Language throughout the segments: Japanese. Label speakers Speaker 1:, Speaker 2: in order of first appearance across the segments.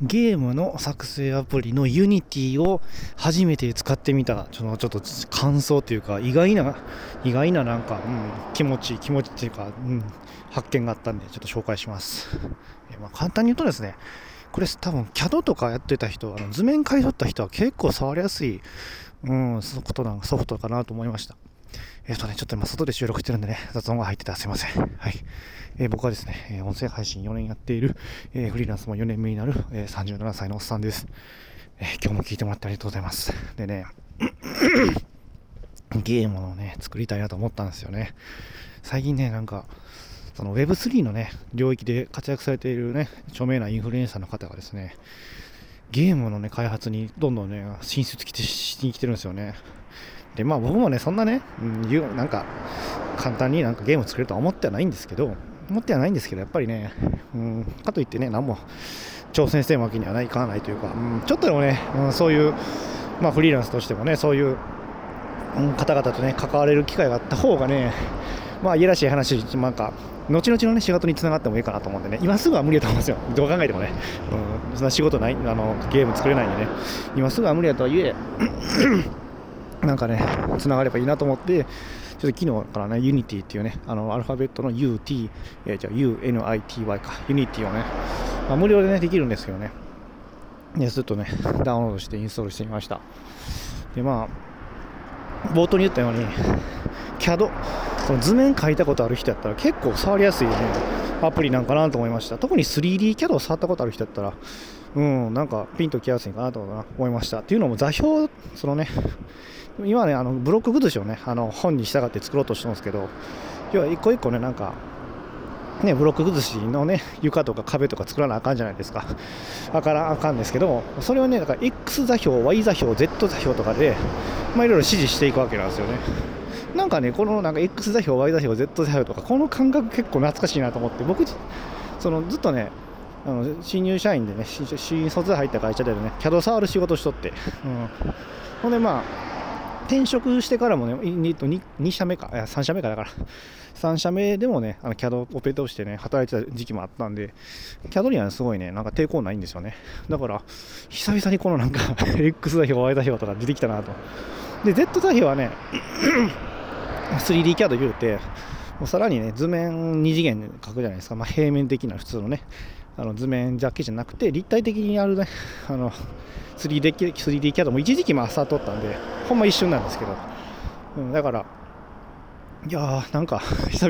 Speaker 1: ゲームの作成アプリの Unity を初めて使ってみたちょっと感想というか意外ななんか、気持ちっていうか、発見があったんでちょっと紹介します。簡単に言うとですね、これ多分 CAD とかやってた人、図面買い取った人は結構触りやすい、ソフトかなと思いました。ちょっと今外で収録してるんでね、雑音が入ってたらすいません。はい。僕はですね、音声配信4年やっている、フリーランスも4年目になる、37歳のおっさんです。今日も聞いてもらってありがとうございます。でね、ゲームをね、作りたいなと思ったんですよね。最近ね、なんか、その Web3 のね、領域で活躍されているね、著名なインフルエンサーの方がですね、ゲームのね、開発にどんどんね、進出しに来てるんですよね。で僕もねそんなね、なんか簡単になんかゲーム作れるとは思ってはないんですけどやっぱりね、かといってね何も挑戦してるわけにはいかないというか、ちょっとでもね、そういうフリーランスとしてもねそういう、方々とね関われる機会があった方がね、いやらしい話なんか後々のね仕事につながってもいいかなと思うんでね、今すぐは無理だと思うんですよ。どう考えてもね、そんな仕事ないゲーム作れないんでね、今すぐは無理だとはいえなんかね、つながればいいなと思って、ちょっと昨日からね、Unity っていうね、アルファベットの UNITY か、Unity をね、無料でね、できるんですよね。ずっとね、ダウンロードしてインストールしてみました。で、冒頭に言ったように、CAD、その図面描いたことある人やったら結構触りやすいね、アプリなんかなと思いました。特に 3D CAD を触ったことある人やったら、なんかピンときやすいかなと思いました。っていうのも座標、今ね、ブロック崩しをね、本に従って作ろうとしてるんですけど、要は一個一個ね、なんか、ね、ブロック崩しのね、床とか壁とか作らなあかんじゃないですか。あかんですけど、それをね、だから X 座標、Y 座標、Z 座標とかで、いろいろ指示していくわけなんですよね。なんかね、このなんか X 座標、Y 座標、Z 座標とか、この感覚結構懐かしいなと思って、僕、ずっとね、新入社員でね、新卒で入った会社でね、CAD 触る仕事しとって、ほんで転職してからもね、2社目か、3社目かだから、3社目でもね、CAD オペとしてね、働いてた時期もあったんで、CAD にはすごいね、なんか抵抗ないんですよね。だから、久々にこのなんか、X 座標、Y 座標とか出てきたなと。で、Z 座標はね、3D CAD 言うて、もうさらにね、図面2次元で描くじゃないですか。平面的な普通のね、図面だけじゃなくて、立体的にやるね、3D CAD も一時期触っとったんで、ほんま一瞬なんですけど、だから、いやー、なんか久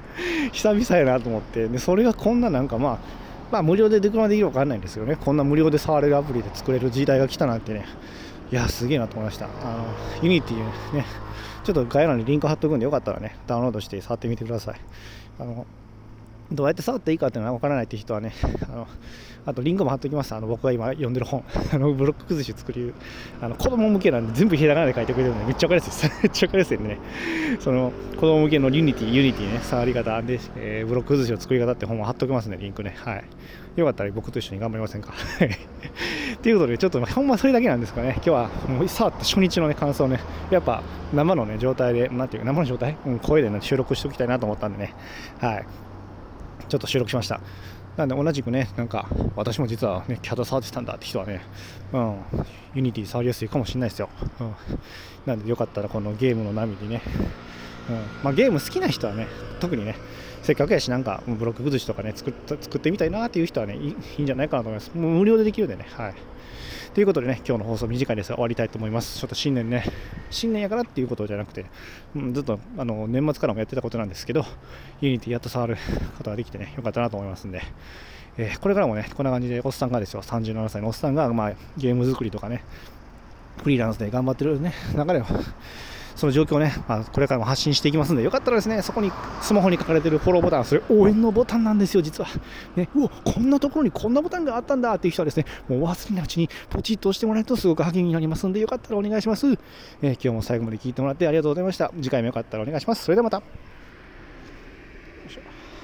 Speaker 1: 々やなと思って、でそれがこんななんか無料でできるか分かんないんですよね。こんな無料で触れるアプリで作れる時代が来たなんてね、いやすげえなと思いました。Unity ね、ちょっと概要欄にリンク貼っとくんでよかったらね、ダウンロードして触ってみてください。どうやって触っていいかっていうのは分からないっていう人はね、あとリンクも貼っておきます。僕が今読んでる本、ブロック崩し作り、子供向けなんで全部ひらがなで書いてくれるのでめっちゃ分かりやすいです。めっちゃ分かりやすいんでね、その子供向けのユニティね、触り方で、ブロック崩しの作り方って本も貼っておきますね、リンクね。はい。よかったら僕と一緒に頑張りませんか。ということで、ちょっとほんまそれだけなんですかね。今日はもう触った初日のね、感想ね、やっぱ生のね、状態で、なんていうか、生の状態、声でね、収録しておきたいなと思ったんでね、はい。ちょっと収録しました。なんで同じくね、なんか私も実はね、CAD 触ってたんだって人はね、Unity 触りやすいかもしれないですよ。なんでよかったらこのゲームの波にね、ゲーム好きな人はね、特にね、せっかくやしなんかブロック崩しとかね、作ってみたいなっていう人はね、いいんじゃないかなと思います。もう無料でできるんでね、はい。ということでね、今日の放送短いですが終わりたいと思います。ちょっと新年やからっていうことじゃなくて、ずっと年末からもやってたことなんですけど、Unity やっと触ることができてね、よかったなと思いますんで、これからもね、こんな感じでおっさんがですよ、37歳のおっさんが、ゲーム作りとかね、フリーランスで頑張ってるね、中でその状況をね、これからも発信していきますので、よかったらですね、そこにスマホに書かれているフォローボタン、それ応援のボタンなんですよ、実は。ね、こんなところにこんなボタンがあったんだっていう人はですね、もう忘れないうちにポチッと押してもらえるとすごく励みになりますので、よかったらお願いします。今日も最後まで聞いてもらってありがとうございました。次回もよかったらお願いします。それではまた。